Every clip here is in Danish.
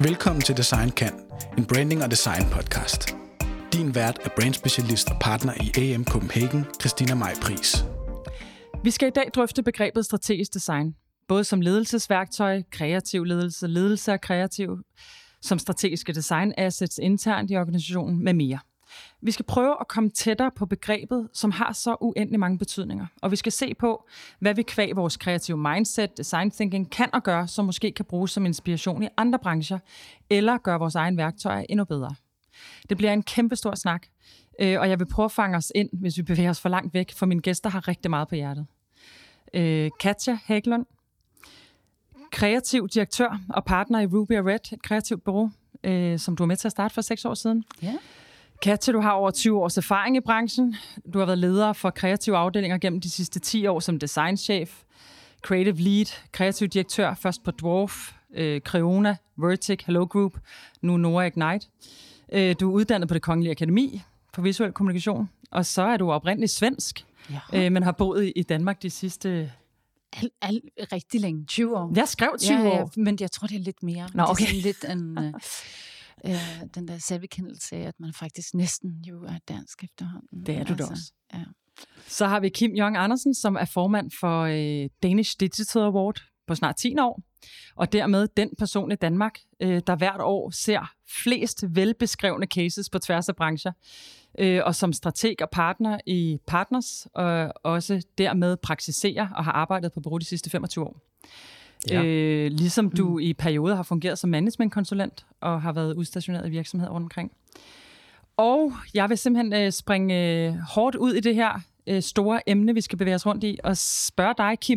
Velkommen til Design Kan, en branding og design podcast. Din vært er brandspecialist og partner i AM Copenhagen, Christina Maj Pris. Vi skal i dag drøfte begrebet strategisk design, både som ledelsesværktøj, kreativ ledelse, ledelse af kreativ, som strategiske design assets internt i organisationen med mere. Vi skal prøve at komme tættere på begrebet, som har så uendelig mange betydninger. Og vi skal se på, hvad vi kvæg vores kreative mindset, design thinking kan og gøre, som måske kan bruges som inspiration i andre brancher, eller gøre vores egen værktøjer endnu bedre. Det bliver en kæmpe stor snak, og jeg vil prøve at fange os ind, hvis vi bevæger os for langt væk, for mine gæster har rigtig meget på hjertet. Katja Hægglund, kreativ direktør og partner i Ruby & Red, et kreativt bureau, som du var med til at starte for 6 år siden. Ja. Katja, du har over 20 års erfaring i branchen. Du har været leder for kreative afdelinger gennem de sidste 10 år som designchef, creative lead, kreativ direktør, først på Dwarf, Creona, Vertic, Hello Group, nu Nora Ignite. Du er uddannet på Det Kongelige Akademi for visuel kommunikation, og så er du oprindeligt svensk, men har boet i Danmark de sidste... Rigtig længe, 20 år. Jeg skrev 20 år. Men jeg tror, det er lidt mere. Nå, okay. Det er sådan lidt den der selvkendelse af, at man faktisk næsten jo er dansk efterhånden. Det er du da også. Ja. Så har vi Kim Jong Andersen, som er formand for Danish Digital Award på snart 10 år, og dermed den person i Danmark, der hvert år ser flest velbeskrevne cases på tværs af brancher, og som strateg og partner i Partners, og også dermed praksiserer og har arbejdet på bureau de sidste 25 år. Ja. Ligesom du i perioder har fungeret som managementkonsulent og har været udstationeret i virksomheder rundt omkring. Og jeg vil simpelthen springe hårdt ud i det her store emne, vi skal bevæge os rundt i, og spørge dig, Kim,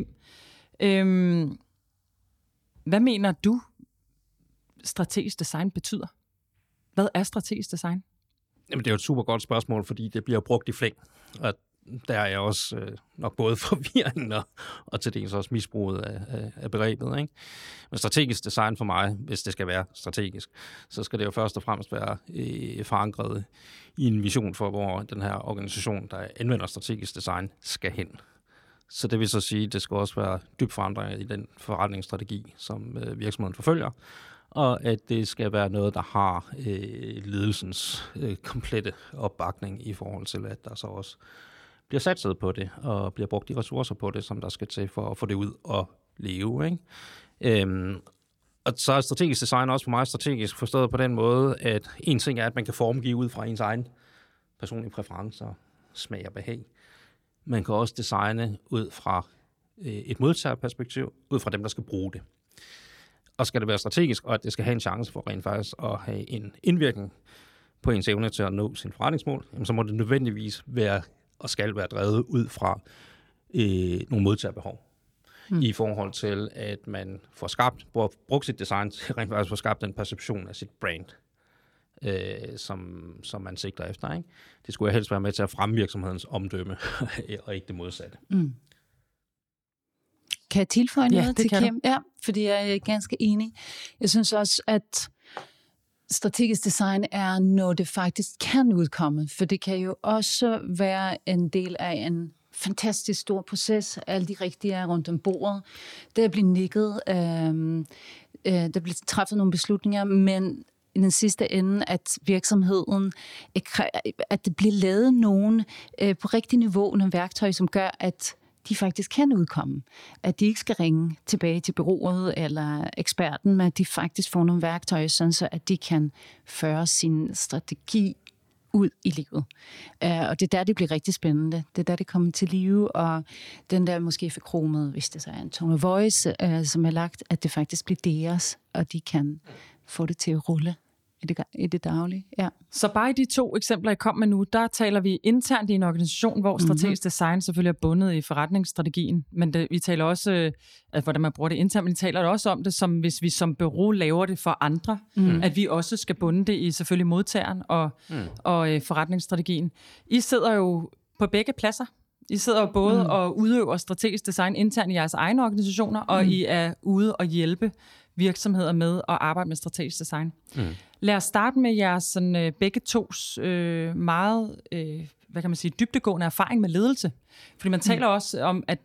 hvad mener du, strategisk design betyder? Hvad er strategisk design? Jamen, det er jo et super godt spørgsmål, fordi det bliver brugt i flæng, og der er også nok både forvirring og til dels også misbruget af begrebet. Ikke? Men strategisk design for mig, hvis det skal være strategisk, så skal det jo først og fremmest være forankret i en vision for, hvor den her organisation, der anvender strategisk design, skal hen. Så det vil så sige, at det skal også være dybt forandret i den forretningsstrategi, som virksomheden forfølger, og at det skal være noget, der har ledelsens komplette opbakning i forhold til, at der så også bliver satset på det, og bliver brugt de ressourcer på det, som der skal til for at få det ud og leve. Ikke? Og så er strategisk design også for mig strategisk forstået på den måde, at en ting er, at man kan formgive ud fra ens egen personlige præferencer, smag og behag. Man kan også designe ud fra et modtagerperspektiv, ud fra dem, der skal bruge det. Og skal det være strategisk, og at det skal have en chance for rent faktisk at have en indvirkning på ens evne til at nå sin forretningsmål, så må det nødvendigvis være og skal være drevet ud fra nogle modtagerbehov. I forhold til, at man får brugt sit design til rent faktisk får skabt en perception af sit brand, som man sigter efter. Ikke? Det skulle helst være med til at fremme virksomhedens omdømme, og ikke det modsatte. Mm. Kan jeg tilføje noget til Kim? Du. Ja, fordi jeg er ganske enig. Jeg synes også, at strategisk design er noget, det faktisk kan udkomme, for det kan jo også være en del af en fantastisk stor proces. Alle de rigtige er rundt om bordet. Der bliver nikket, der bliver træffet nogle beslutninger, men i den sidste ende, at virksomheden, at det bliver lavet nogen på rigtig niveau, nogle værktøjer, som gør, at de faktisk kan udkomme. At de ikke skal ringe tilbage til bureauet eller eksperten, men at de faktisk får nogle værktøjer, sådan så at de kan føre sin strategi ud i livet. Og det er der, det bliver rigtig spændende. Det er der, det kommer til live, og den der måske forkromet, hvis det så er en tone of voice, som er lagt, at det faktisk bliver deres, og de kan få det til at rulle i det daglige. Ja. Så bare i de 2 eksempler, jeg kom med nu, der taler vi internt i en organisation, hvor strategisk design selvfølgelig er bundet i forretningsstrategien, men vi taler også, hvordan man bruger det internt, men vi taler også om det, som hvis vi som bureau laver det for andre, at vi også skal bunde det i selvfølgelig modtageren og forretningsstrategien. I sidder jo på begge pladser. I sidder jo både og udøver strategisk design internt i jeres egne organisationer, og I er ude og hjælpe virksomheder med at arbejde med strategisk design. Lad os starte med jeres sådan, begge tos meget hvad kan man sige, dybdegående erfaring med ledelse. Fordi man taler også om, at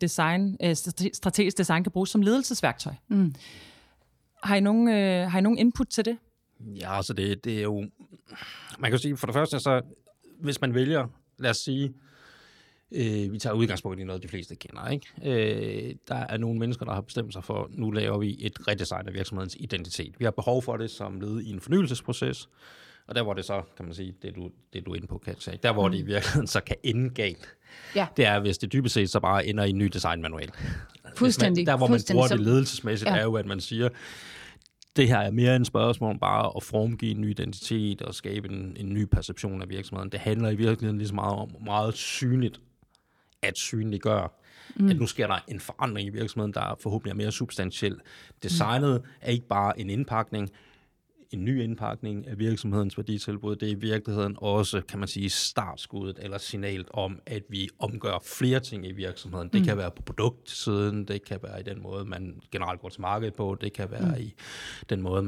strategisk design kan bruges som ledelsesværktøj. Har I nogen input til det? Ja, altså det er jo... Man kan sige, for det første, så hvis man vælger, lad os sige, vi tager udgangspunkt i noget, de fleste kender, ikke? Der er nogle mennesker, der har bestemt sig for, nu laver vi et redesign af virksomhedens identitet. Vi har behov for det som led i en fornyelsesproces, og der hvor det så, kan man sige, det du er inde på, Katja, der hvor det i virkeligheden så kan ende galt, det er, hvis det dybest set så bare ender i en ny designmanual. Fuldstændig. Der hvor man bruger det ledelsesmæssigt, er jo, at man siger, det her er mere en spørgsmål bare at formgive en ny identitet og skabe en ny perception af virksomheden. Det handler i virkeligheden lige så meget om meget synligt at synliggøre, at nu sker der en forandring i virksomheden, der forhåbentlig er mere substantiel. Designet er ikke bare en indpakning, en ny indpakning af virksomhedens værditilbud. Det er i virkeligheden også, kan man sige, startskuddet eller signalet om, at vi omgør flere ting i virksomheden. Det kan være på produktsiden, det kan være i den måde, man generelt går til markedet på, det kan være i den måde,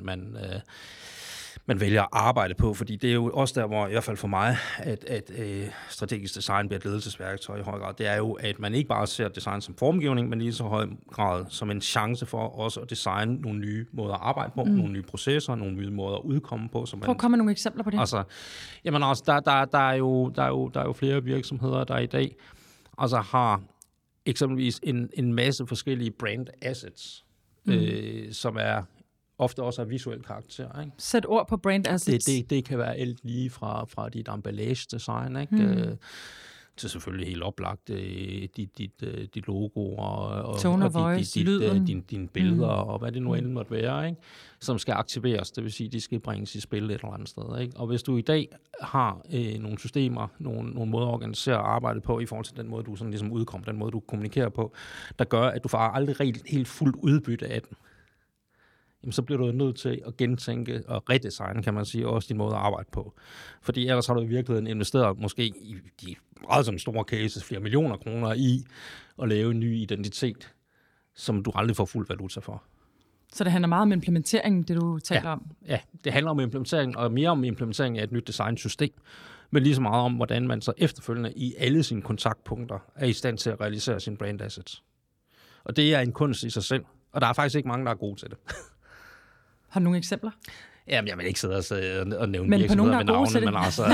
man vælger at arbejde på, fordi det er jo også der, hvor i hvert fald for mig, at strategisk design bliver et ledelsesværktøj i høj grad, det er jo, at man ikke bare ser design som formgivning, men lige så høj grad som en chance for også at designe nogle nye måder at arbejde på, nogle nye processer, nogle nye måder at udkomme på. Prøv at komme med nogle eksempler på det. Altså, jamen altså, der er jo flere virksomheder, der i dag altså har eksempelvis en masse forskellige brand assets, som er ofte også af visuel karakter. Ikke? Sæt ord på brand assets. Det kan være alt lige fra dit emballage-design, ikke? Til selvfølgelig helt oplagt dit logo og tone of voice, dine billeder og hvad det nu end måtte være, ikke? Som skal aktiveres, det vil sige, de skal bringes i spil et eller andet sted. Ikke? Og hvis du i dag har nogle systemer, nogle måder at organisere arbejdet på i forhold til den måde, du sådan ligesom udkommer, den måde, du kommunikerer på, der gør, at du får aldrig helt fuldt udbytte af den, jamen, så bliver du nødt til at gentænke og redesigne, kan man sige, også din måde at arbejde på. Fordi ellers har du i virkeligheden investeret måske i de meget som store cases, flere millioner kroner i at lave en ny identitet, som du aldrig får fuld valuta for. Så det handler meget om implementeringen, det du taler om? Ja, det handler om implementeringen, og mere om implementeringen af et nyt designsystem, men lige så meget om, hvordan man så efterfølgende i alle sine kontaktpunkter er i stand til at realisere sine brand assets. Og det er en kunst i sig selv, og der er faktisk ikke mange, der er gode til det. Har du nogle eksempler? Jamen, jeg vil ikke sidde og nævne virksomheder med navne, men altså...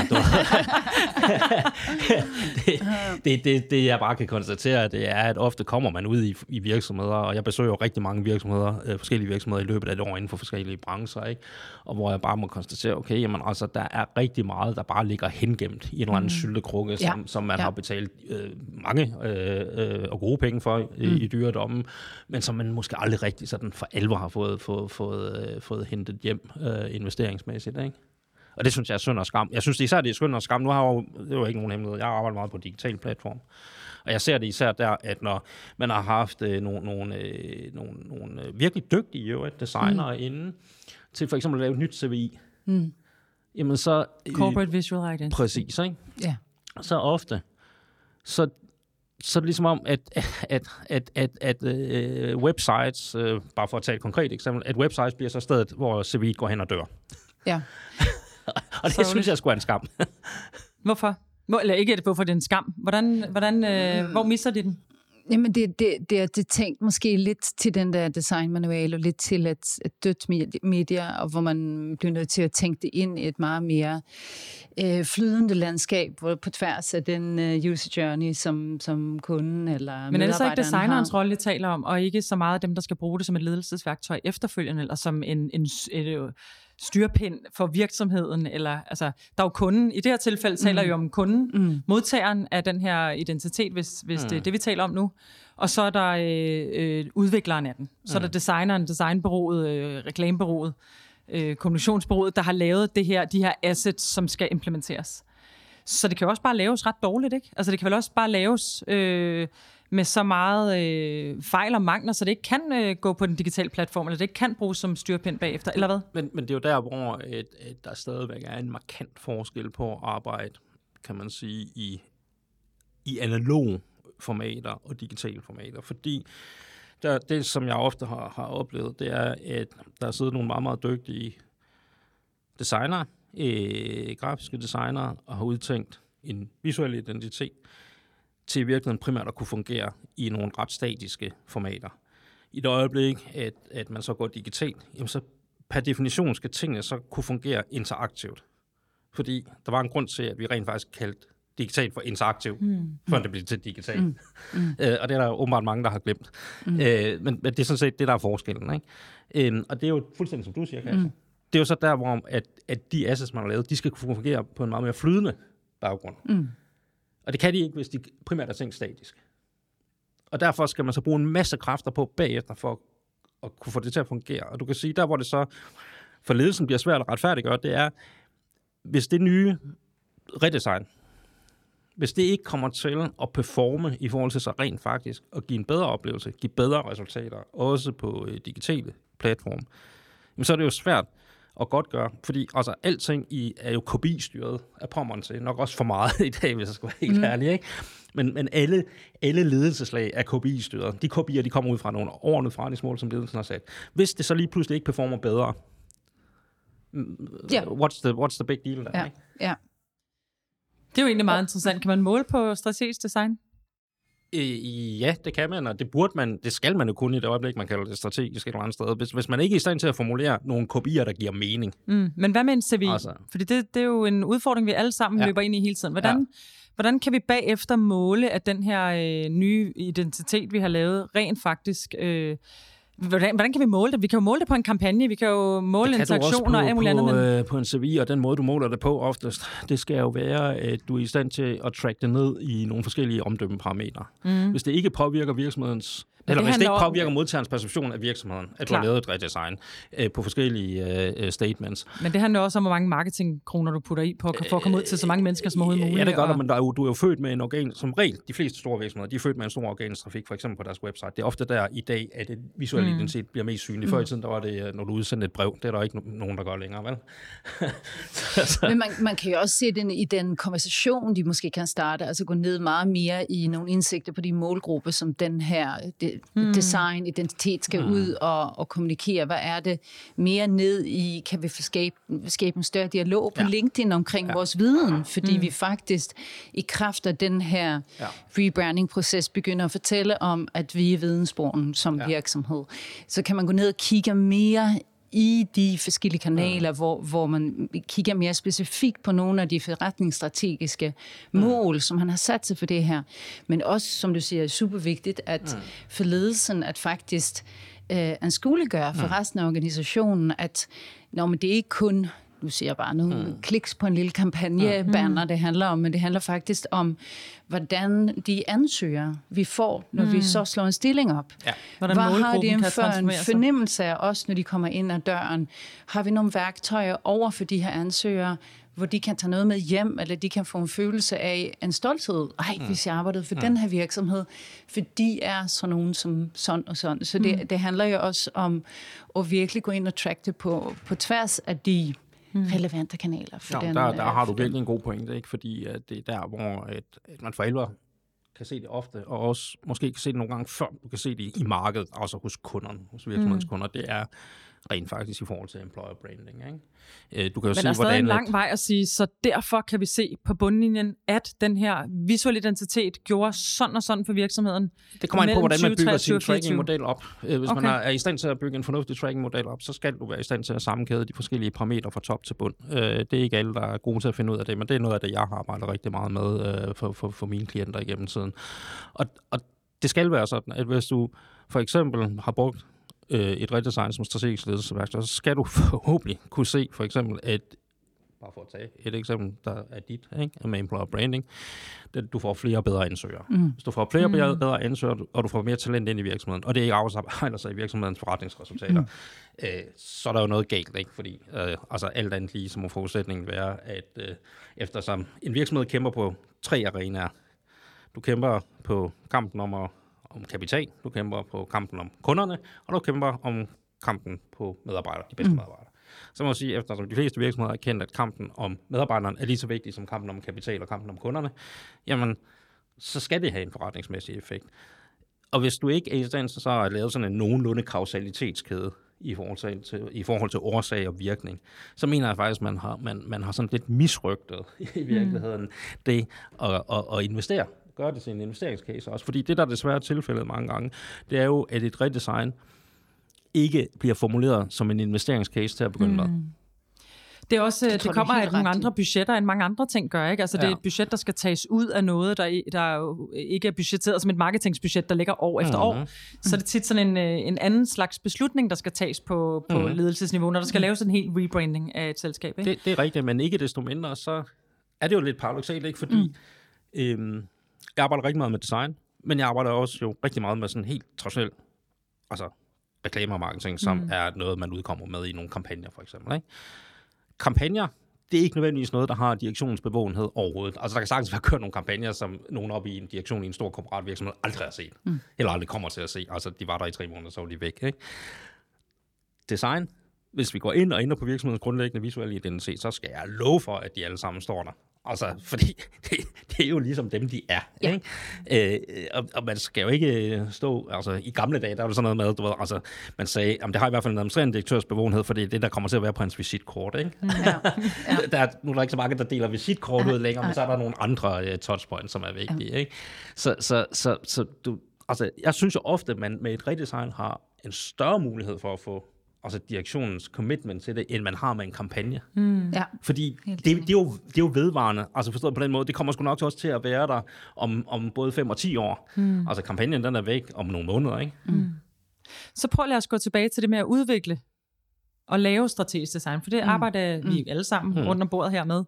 det, jeg bare kan konstatere, det er, at ofte kommer man ud i virksomheder, og jeg besøger jo rigtig mange virksomheder, forskellige virksomheder i løbet af et år inden for forskellige brancher, ikke? Og hvor jeg bare må konstatere, okay, jamen altså, der er rigtig meget, der bare ligger hengemt i en eller anden syltekrukke, som man har betalt mange og gode penge for i dyredommen, men som man måske aldrig rigtig sådan for alvor har fået hentet hjem investeringsmæssigt, ikke? Og det synes jeg er synd og skam. Jeg synes især, det er synd og skam. Nu har jeg det er jo ikke nogen hemmelighed. Jeg har arbejdet meget på digital platform. Og jeg ser det især der, at når man har haft nogle virkelig dygtige designere inde til for eksempel at lave et nyt CVI, jamen så... Corporate Visual Identity. Præcis, ikke? Ja. Så ofte, så er det ligesom om, at websites, bare for at tage et konkret eksempel, at websites bliver så stedet, hvor CV'et går hen og dør. Ja. Og det synes jeg sgu er en skam. Hvorfor? Eller ikke, hvorfor det er en skam. Hvor misser de den? Jamen, det er tænkt måske lidt til den der designmanual, og lidt til et dødt media, og hvor man bliver nødt til at tænke det ind i et meget mere flydende landskab, hvor på tværs af den user journey, som kunden eller medarbejderen har. Men er det så ikke designerens rolle, jeg taler om, og ikke så meget dem, der skal bruge det som et ledelsesværktøj efterfølgende, eller som en styrpind for virksomheden, eller altså, der er jo kunden, i det her tilfælde taler jo om kunden, modtageren af den her identitet, hvis det er det, vi taler om nu, og så er der udvikleren af den, så er der designeren, designbureauet, reklamebureauet, kommunikationsbureauet, der har lavet de her assets, som skal implementeres. Så det kan jo også bare laves ret dårligt, ikke? Altså det kan vel også bare laves med så meget fejl og mangler, så det ikke kan gå på den digitale platform, eller det ikke kan bruges som styrpind bagefter, eller hvad? Men det er jo der, hvor der stadigvæk er en markant forskel på at arbejde, kan man sige, i analog formater og digitale formater. Fordi det, som jeg ofte har oplevet, det er, at der sidder nogle meget, meget dygtige designere, grafiske designere, og har udtænkt en visuel identitet, til i virkeligheden primært at kunne fungere i nogle ret statiske formater. I det øjeblik, at man så går digitalt, jamen så per definition skal tingene så kunne fungere interaktivt. Fordi der var en grund til, at vi rent faktisk kaldte digitalt for interaktiv, før det blev til digitalt. Og det er der jo åbenbart mange, der har glemt. Men det er sådan set det, der er forskellen. Ikke? Og det er jo fuldstændig, som du siger, Kasia. Det er jo så der, hvor at de assets, man har lavet, de skal kunne fungere på en meget mere flydende baggrund. Og det kan de ikke, hvis de primært er tænkt statisk. Og derfor skal man så bruge en masse kræfter på bagefter, for at kunne få det til at fungere. Og du kan sige, der hvor det så for ledelsen bliver svært at retfærdiggøre, det er, hvis det nye redesign, hvis det ikke kommer til at performe i forhold til sig rent faktisk, og give en bedre oplevelse, give bedre resultater, også på digitale platforme, så er det jo svært at godt gøre, fordi altså, alting er jo kopistyret af pommeren til, nok også for meget i dag, hvis jeg skal være helt ærlig, ikke? Men alle ledelseslag er kopistyret. De kopier, de kommer ud fra nogle overordnede forretningsmål, som ledelsen har sat. Hvis det så lige pludselig ikke performer bedre, what's the big deal der? Ikke? Ja. Det er jo egentlig meget interessant. Kan man måle på strategisk design? Ja, det kan man, og det skal man jo kun i det øjeblik, man kalder det strategisk et eller andet sted. Hvis man ikke er i stand til at formulere nogle kopier, der giver mening. Men hvad med en CV? Altså. Fordi det er jo en udfordring, vi alle sammen løber ind i hele tiden. Hvordan kan vi bagefter måle, at den her nye identitet, vi har lavet, rent faktisk... Hvordan kan vi måle det? Vi kan jo måle det på en kampagne, vi kan jo måle interaktioner og alt muligt andet. På en CV, og den måde, du måler det på oftest, det skal jo være, at du er i stand til at track det ned i nogle forskellige omdømmeparametre. Hvis det ikke påvirker virksomhedens... Eller hvis det ikke påvirker modtagerens perception af virksomheden, at du har lavet et redesign på forskellige statements. Men det handler også om, hvor mange marketingkroner du putter i på for at komme ud til så mange mennesker som overhovedet muligt. Ja, det gør men du er jo født med en organ, som regel, de fleste store virksomheder, de er født med en stor organisk trafik, for eksempel på deres website. Det er ofte der i dag, at det visuelle identitet bliver mest synligt. Før i tiden, der var det, når du udsendte et brev. Det er der ikke nogen, der gør længere, vel? Men man kan jo også se den i den konversation, de måske kan starte, altså gå ned meget mere i nogle indsigter på de målgrupper, som den her design, identitet skal ud og kommunikere. Hvad er det mere ned i? Kan vi skabe en større dialog på LinkedIn omkring vores viden? Fordi vi faktisk i kraft af den her rebranding-proces begynder at fortælle om, at vi er vidensborgen som virksomhed. Så kan man gå ned og kigge mere i de forskellige kanaler, hvor man kigger mere specifikt på nogle af de forretningsstrategiske mål, som han har sat sig for det her. Men også, som du siger, er super vigtigt, at for ledelsen, at faktisk anskueliggøre for resten af organisationen, at men det er ikke kun... Nu siger jeg bare nogle kliks på en lille kampagnebanner, det handler om, men det handler faktisk om, hvordan de ansøger, vi får, når vi så slår en stilling op. Ja. Hvad har de en fornemmelse af os, når de kommer ind ad døren? Har vi nogle værktøjer over for de her ansøgere, hvor de kan tage noget med hjem, eller de kan få en følelse af en stolthed. Hvis jeg arbejdede for den her virksomhed, for de er sådan nogen som sådan og sådan. Så det handler jo også om at virkelig gå ind og track det på tværs af de relevante kanaler. For der har du virkelig en god pointe, ikke? Fordi at det er der, hvor at man for alvor kan se det ofte, og også måske kan se det nogle gange før, du kan se det i markedet, også hos kunderne, hos virksomhedens kunder. Det er rent faktisk i forhold til employer branding. Ikke? Du kan jo men der er stadig en lang vej at sige, så derfor kan vi se på bundlinjen, at den her visuelle identitet gjorde sådan og sådan for virksomheden. Det kommer ind på, hvordan man bygger sin tracking-model op. Hvis man er i stand til at bygge en fornuftig tracking-model op, så skal du være i stand til at sammenkæde de forskellige parametre fra top til bund. Det er ikke alle, der er gode til at finde ud af det, men det er noget af det, jeg har arbejdet rigtig meget med for mine klienter igennem tiden. Og det skal være sådan, at hvis du for eksempel har brugt et redesign som strategisk ledelsesværktøj, så skal du forhåbentlig kunne se for eksempel, at bare for at tage et eksempel, der er dit, ikke? Med employer branding, du får flere og bedre ansøgere. Hvis du får flere og bedre ansøgere, og du får mere talent ind i virksomheden, og det ikke afspejler sig i virksomhedens forretningsresultater, så er der jo noget galt, ikke? Fordi altså alt andet lige, så må forudsætningen være, at eftersom en virksomhed kæmper på 3 arenaer, du kæmper på kampen om kapital, du kæmper på kampen om kunderne, og du kæmper om kampen på medarbejdere, de bedste medarbejdere. Så må jeg sige, eftersom de fleste virksomheder har kendt, at kampen om medarbejderne er lige så vigtig som kampen om kapital og kampen om kunderne, jamen, så skal det have en forretningsmæssig effekt. Og hvis du ikke er i stand til så at lave sådan en nogenlunde kausalitetskæde i forhold til årsag og virkning, så mener jeg faktisk, at man har sådan lidt misrygtet i virkeligheden det at investere. Gør det til en investeringscase også. Fordi det, der desværre er tilfældet mange gange, det er jo, at et redesign ikke bliver formuleret som en investeringscase til at begynde med. Det er også, det kommer af nogle andre budgetter, end mange andre ting gør, ikke? Altså, det er et budget, der skal tages ud af noget, der jo ikke er budgetteret som et marketingsbudget, der ligger år efter år. Så er det tit sådan en anden slags beslutning, der skal tages på ledelsesniveau, når der skal laves en helt rebranding af et selskab, ikke? Det er rigtigt, men ikke desto mindre, så er det jo lidt paradoksalt, ikke? Fordi jeg arbejder rigtig meget med design, men jeg arbejder også jo rigtig meget med sådan helt traditionel, altså reklame og marketing, som er noget, man udkommer med i nogle kampagner, for eksempel, ikke? Kampagner, det er ikke nødvendigvis noget, der har direktionens bevågenhed overhovedet. Altså, der kan sagtens være kørt nogle kampagner, som nogen oppe i en direktion i en stor korporat virksomhed aldrig har set. Eller aldrig kommer til at se. Altså, de var der i 3 måneder, så var de væk, ikke? Design, hvis vi går ind og ændrer på virksomhedens grundlæggende visuelle identitet, så skal jeg love for, at de alle sammen står der. Altså, fordi det er jo ligesom dem, de er. Ja. Ikke? Og man skal jo ikke stå... Altså, i gamle dage, der var det sådan noget med, du ved, altså, man sagde, det har i hvert fald en administrerende direktørs bevågenhed, for det er det, der kommer til at være på hans visitkort, ikke? Nu er der ikke så mange, der deler visitkort ud længere, men så er der nogle andre touchpoints, som er vigtige, ikke? Så du... Altså, jeg synes jo ofte, at man med et redesign har en større mulighed for at få direktionens commitment til det, end man har med en kampagne. Ja. Fordi det er jo vedvarende. Altså forstået på den måde, det kommer sgu nok også til at være der om både 5 og 10 år. Altså kampagnen, den er væk om nogle måneder, ikke? Så prøv at lade os gå tilbage til det med at udvikle og lave strategisk design, for det arbejder vi alle sammen rundt om bordet her med.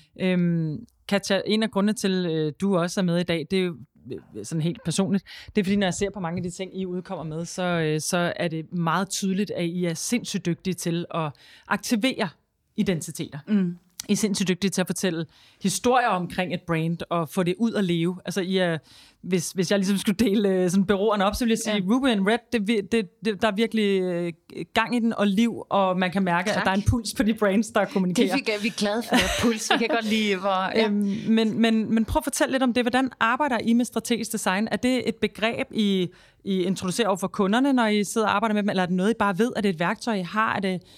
Katja, en af grundene til, du også er med i dag, det er jo sådan helt personligt. Det er fordi, når jeg ser på mange af de ting, I udkommer med, så er det meget tydeligt, at I er sindssygt dygtige til at aktivere identiteter. I er sindssygt dygtige til at fortælle historier omkring et brand og få det ud at leve. Altså, I er, hvis jeg ligesom skulle dele sådan bureauerne op, så ville jeg sige, Ruby and Red, der er virkelig gang i den og liv, og man kan mærke, at der er en puls på de brands, der kommunikerer. Det er vi glade for, puls. Vi kan godt lide, hvor... Ja. Men prøv at fortælle lidt om det. Hvordan arbejder I med strategisk design? Er det et begreb, I introducerer over for kunderne, når I sidder og arbejder med dem, eller er det noget, I bare ved, at det er et værktøj, I har? Er det...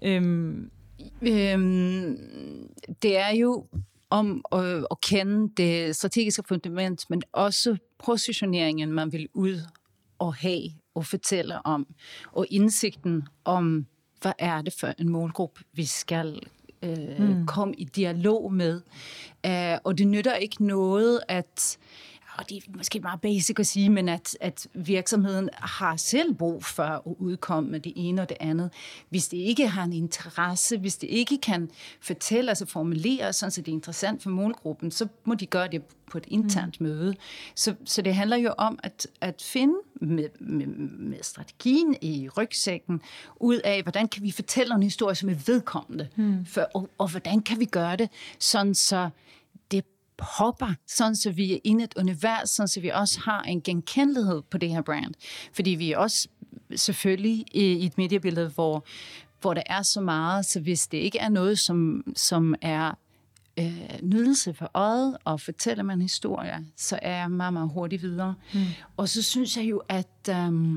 Det er jo om at kende det strategiske fundament, men også positioneringen, man vil ud og have og fortælle om, og indsigten om, hvad er det for en målgruppe, vi skal komme i dialog med. Og det nytter ikke noget, at... Og det er måske meget basic at sige, men at virksomheden har selv brug for at udkomme med det ene og det andet. Hvis det ikke har en interesse, hvis det ikke kan fortælle, altså formulere, sådan så det er interessant for målgruppen, så må de gøre det på et internt møde. Så det handler jo om at finde med strategien i rygsækken ud af, hvordan kan vi fortælle en historie, som er vedkommende, og hvordan kan vi gøre det, sådan så det hopper, sådan så vi er inde i et univers, sådan så vi også har en genkendelighed på det her brand. Fordi vi er også selvfølgelig i et mediebillede, hvor der er så meget, så hvis det ikke er noget, som er nydelse for øjet, og fortæller man historier, så er jeg meget, meget hurtigt videre. Og så synes jeg jo, at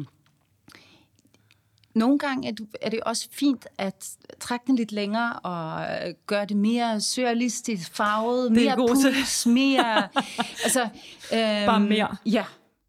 nogle gange er det også fint at trække den lidt længere og gøre det mere surrealistisk farvet, mere puls, mere... altså, bare mere. Ja.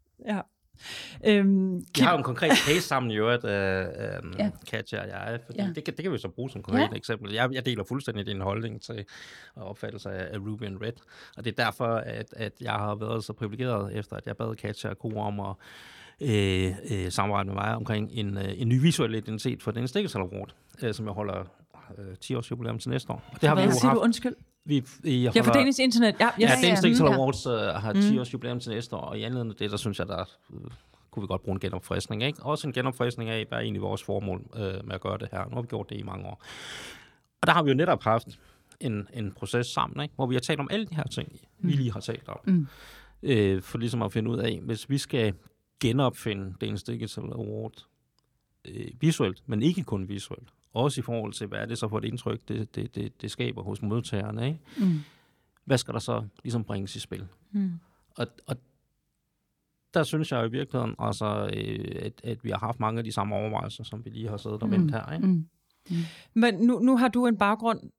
Vi har jo en konkret case sammen i øvrigt, Katja og jeg, fordi det kan vi så bruge som konkret eksempel. Jeg deler fuldstændig din holdning til opfattelse af Ruby and Red, og det er derfor, at jeg har været så privilegeret, efter at jeg bad Katja og Ko om at samarbejde med mig omkring en ny visuel identitet for den Digital Award, som jeg holder 10 års jubilæum til næste år. Og det har vi jo haft. Du undskyld? For Danish Internet. Danish Digital Awards har 10 års jubilæum til næste år, og i anledning af det, der synes jeg, der kunne vi godt bruge en genopfriskning, ikke? Også en genopfriskning af, hvad er egentlig vores formål med at gøre det her. Nu har vi gjort det i mange år. Og der har vi jo netop haft en proces sammen, ikke? Hvor vi har talt om alle de her ting, vi lige har talt om. For ligesom at finde ud af, hvis vi skal genopfinde Danish Digital Award visuelt, men ikke kun visuelt. Også i forhold til, hvad er det så for et indtryk, det skaber hos modtagerne, ikke? Hvad skal der så ligesom bringes i spil? Og der synes jeg i virkeligheden, altså, at vi har haft mange af de samme overvejelser, som vi lige har siddet og vendt her, ikke? Men nu har du en baggrund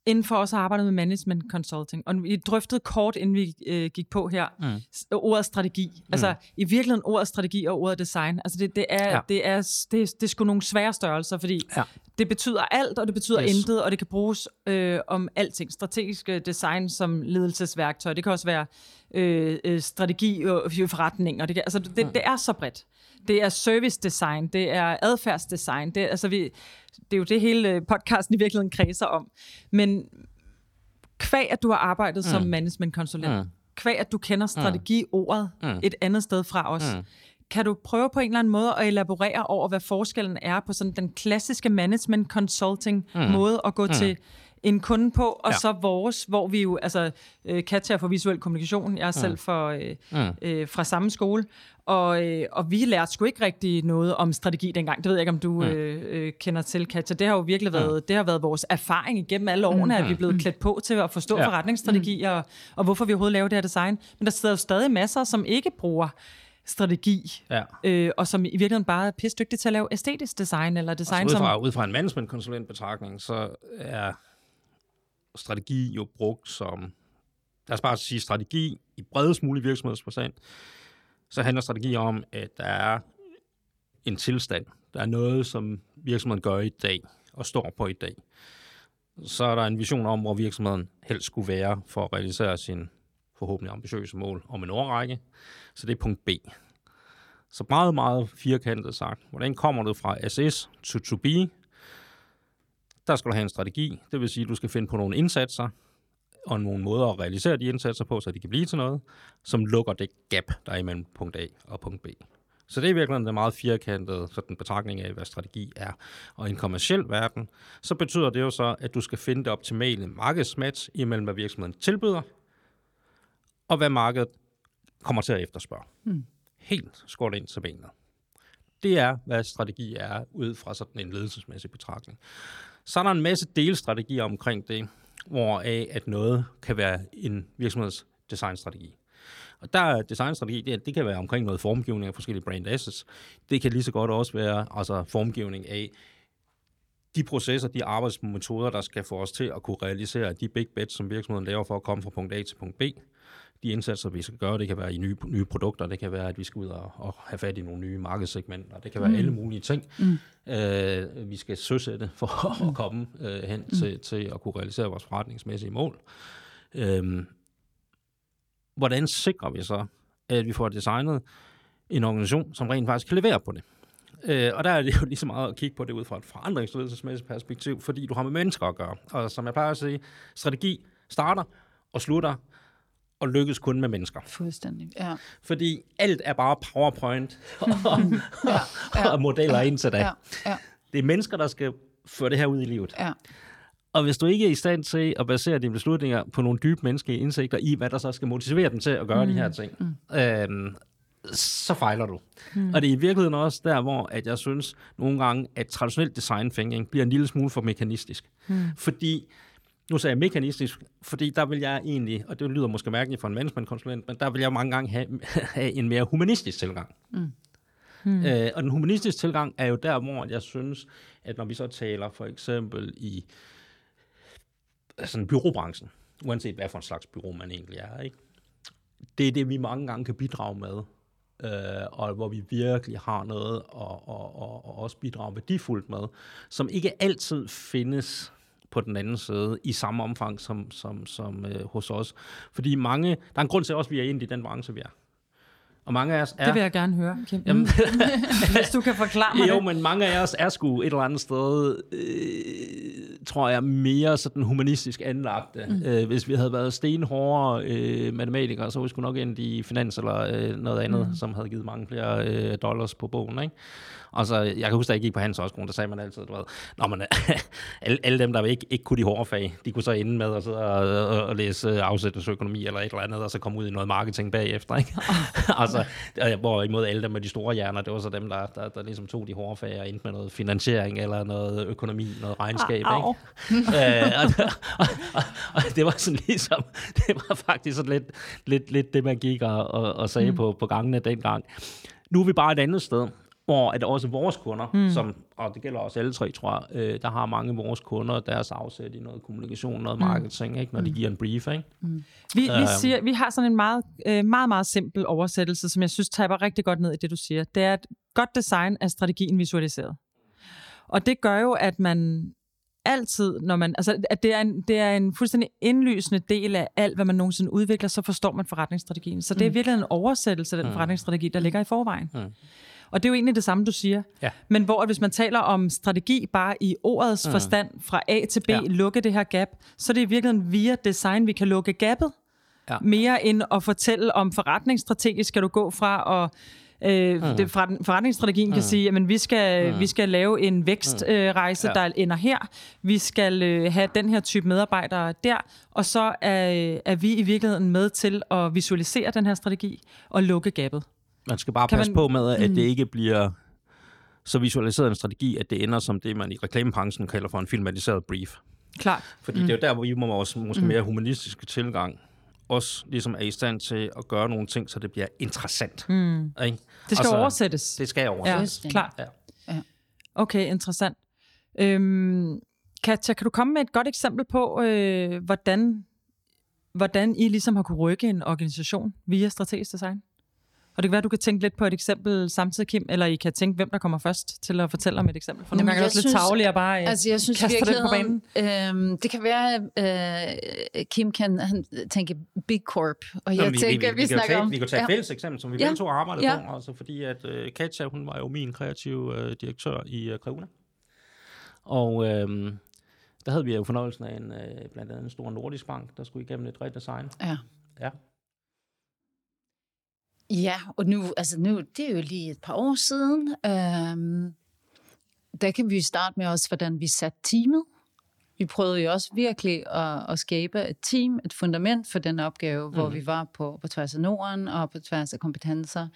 inden for også at arbejde med management consulting. Og vi drøftede kort, inden vi gik på her, ordet strategi. Altså i virkeligheden ordet strategi og ordet design. Altså det er sgu nogle svære størrelser, fordi det betyder alt, og det betyder intet, og det kan bruges om alting. Strategisk design som ledelsesværktøj. Det kan også være strategi og forretninger. Det er så bredt. Det er service design, det er adfærdsdesign. Det er jo det hele podcasten i virkeligheden kredser om. Men kvæg, at du har arbejdet som managementkonsulent, kvæg, at du kender strategiordet et andet sted fra os, kan du prøve på en eller anden måde at elaborere over, hvad forskellen er på sådan den klassiske management consulting måde at gå til en kunde på, og så vores, hvor vi jo, altså Katja for visuel kommunikation, jeg er selv fra samme skole, og vi lærte sgu ikke rigtig noget om strategi dengang. Det ved jeg ikke, om du kender til, Katja. Det har jo virkelig været vores erfaring igennem alle årene, at vi er blevet klædt på til at forstå forretningsstrategi, og hvorfor vi overhovedet laver det her design. Men der sidder jo stadig masser, som ikke bruger strategi, og som i virkeligheden bare er pisdygtige til at lave æstetisk design, eller design ud fra en management-konsulentbetragtning, så er strategi jo brugt som, lad os bare sige strategi i bredest mulig virksomhedsforstand, så handler strategi om, at der er en tilstand. Der er noget, som virksomheden gør i dag, og står på i dag. Så er der en vision om, hvor virksomheden helst skulle være for at realisere sin forhåbentlig ambitiøse mål om en årrække. Så det er punkt B. Så meget, meget firkantet sagt. Hvordan kommer du fra SS to be? Der skal du have en strategi. Det vil sige, at du skal finde på nogle indsatser, og nogle måder at realisere de indsatser på, så de kan blive til noget, som lukker det gap, der er imellem punkt A og punkt B. Så det er virkelig en meget firkantet sådan betragtning af, hvad strategi er. Og i en kommerciel verden, så betyder det jo så, at du skal finde det optimale markedsmatch imellem, hvad virksomheden tilbyder, og hvad markedet kommer til at efterspørge. Helt skåret ind til benet. Det er, hvad strategi er, ud fra sådan en ledelsesmæssig betragtning. Så er der en masse delstrategier omkring det, hvoraf at noget kan være en virksomheds designstrategi. Og der er designstrategi, det kan være omkring noget formgivning af forskellige brand assets. Det kan lige så godt også være formgivning af de processer, de arbejdsmetoder, der skal få os til at kunne realisere de big bets, som virksomheden laver for at komme fra punkt A til punkt B. De indsatser, vi skal gøre, det kan være i nye produkter, det kan være, at vi skal ud og have fat i nogle nye markedssegmenter, det kan være alle mulige ting, vi skal søsætte for at komme hen til at kunne realisere vores forretningsmæssige mål. Hvordan sikrer vi så, at vi får designet en organisation, som rent faktisk kan levere på det? Og der er det jo lige så meget at kigge på det ud fra et forandringsledelsesmæssigt perspektiv, fordi du har med mennesker at gøre. Og som jeg plejer at sige, strategi starter og slutter og lykkes kun med mennesker. Fuldstændig, ja. Fordi alt er bare PowerPoint og modeller ind til det. Det er mennesker, der skal føre det her ud i livet. Ja. Og hvis du ikke er i stand til at basere dine beslutninger på nogle dybe menneskelige indsigter i, hvad der så skal motivere dem til at gøre de her ting, så fejler du. Og det er i virkeligheden også der, hvor at jeg synes nogle gange, at traditionel design thinking bliver en lille smule for mekanistisk. Fordi, nu sagde jeg mekanistisk, fordi der vil jeg egentlig, og det lyder måske mærkeligt for en managementkonsulent, men der vil jeg mange gange have en mere humanistisk tilgang. Og den humanistiske tilgang er jo der, hvor jeg synes, at når vi så taler for eksempel i sådan byråbranchen, uanset hvad for en slags bureau man egentlig er, ikke? Det er det, vi mange gange kan bidrage med, og hvor vi virkelig har noget og også bidrage værdifuldt med, som ikke altid findes på den anden side i samme omfang som hos os. Fordi der er en grund til også, at vi er inde i den branche, vi er. Og mange af os er... Det vil jeg gerne høre, Kim. Hvis du kan forklare mig det. Jo, men mange af os er sgu et eller andet sted, tror jeg, mere sådan humanistisk anlagte. Hvis vi havde været stenhårde matematikere, så var vi sgu nok endt i finans eller noget andet, som havde givet mange flere dollars på bogen, ikke? Altså, jeg kan huske, da jeg gik på Handelshøjskolen, der sagde man altid, alle dem, der ikke kunne de hårde fag, de kunne så ende med at sidde og læse afsættelsesøkonomi eller et eller andet, og så komme ud i noget marketing bagefter, ikke? Altså, hvorimod alle dem med de store hjerner, det var så dem, der ligesom tog de hårde fag og endte med noget finansiering eller noget økonomi, noget regnskab, ikke? Og det var sådan ligesom, det var faktisk sådan lidt det, man gik og sagde på gangene dengang. Nu er vi bare et andet sted. hvor at også vores kunder, som, og det gælder også alle tre, tror jeg, der har mange af vores kunder, deres afsæt i noget kommunikation, noget marketing, ikke, når de giver en brief. Ikke? Vi har sådan en meget, meget simpel oversættelse, som jeg synes taber rigtig godt ned i det, du siger. Det er, at godt design er strategien visualiseret. Og det gør jo, at man altid, når man, altså, at det er en fuldstændig indlysende del af alt, hvad man nogensinde udvikler, så forstår man forretningsstrategien. Så det er virkelig en oversættelse af den forretningsstrategi, der ligger i forvejen. Og det er jo egentlig det samme, du siger. Ja. Men hvor hvis man taler om strategi bare i ordets forstand, fra A til B, lukke det her gap, så er det i virkeligheden via design, vi kan lukke gapet. Ja. Mere end at fortælle om forretningsstrategisk skal du gå fra at forretningsstrategien kan sige, at vi skal lave en vækstrejse, der ender her. Vi skal have den her type medarbejdere der, og så er vi i virkeligheden med til at visualisere den her strategi og lukke gabet. Man skal bare passe på med, at det ikke bliver så visualiseret en strategi, at det ender som det, man i reklamebranchen kalder for en filmatiseret brief. Klart. Fordi det er jo der, hvor vi må også måske mere humanistiske tilgang også ligesom er i stand til at gøre nogle ting, så det bliver interessant. Ikke? Det skal oversættes. Det skal oversættes. Ja, klart. Ja. Okay, interessant. Katja, kan du komme med et godt eksempel på, hvordan I ligesom har kunne rykke en organisation via strategisk design? Og det kan være, du kan tænke lidt på et eksempel samtidig, Kim, eller I kan tænke, hvem der kommer først til at fortælle om et eksempel. For nogle gange er det også lidt tarveligt at bare jeg synes, kaste det på banen. Det kan være, Kim kan tænke Big Corp, og jeg tænker, vi snakker om... Vi kan tage et fælles eksempel, som vi begge to arbejder på, altså fordi at Katja, hun var jo min kreative direktør i Creuna. Og der havde vi jo fornøjelsen af blandt andet en stor nordisk bank, der skulle igennem et redesign. Ja. Ja, og nu, det er jo lige et par år siden. Der kan vi starte med også, hvordan vi satte teamet. Vi prøvede jo også virkelig at skabe et team, et fundament for den opgave, hvor vi var på tværs af Norden og på tværs af kompetencer.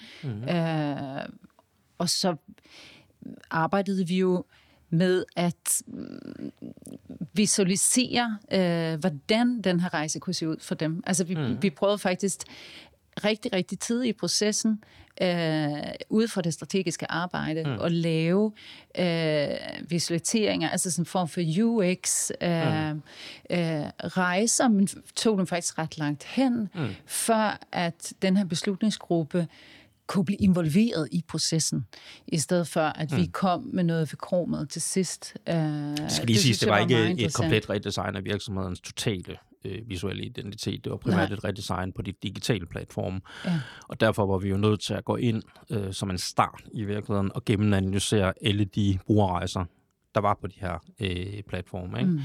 Og så arbejdede vi jo med at visualisere, hvordan den her rejse kunne se ud for dem. Altså vi prøvede faktisk rigtig, rigtig tidligt i processen, ude fra det strategiske arbejde, at lave visualiseringer, altså sådan en form for UX rejser, men tog dem faktisk ret langt hen, før at den her beslutningsgruppe kunne blive involveret i processen, i stedet for, at vi kom med noget forkromet til sidst. Det skal lige siges, det var ikke et komplet redesign af virksomhedens totale visuelle identitet. Det var primært et redesign på de digitale platforme. Ja. Og derfor var vi jo nødt til at gå ind som en start i virkeligheden og gennemanalysere alle de brugerrejser, der var på de her platforme. Ikke?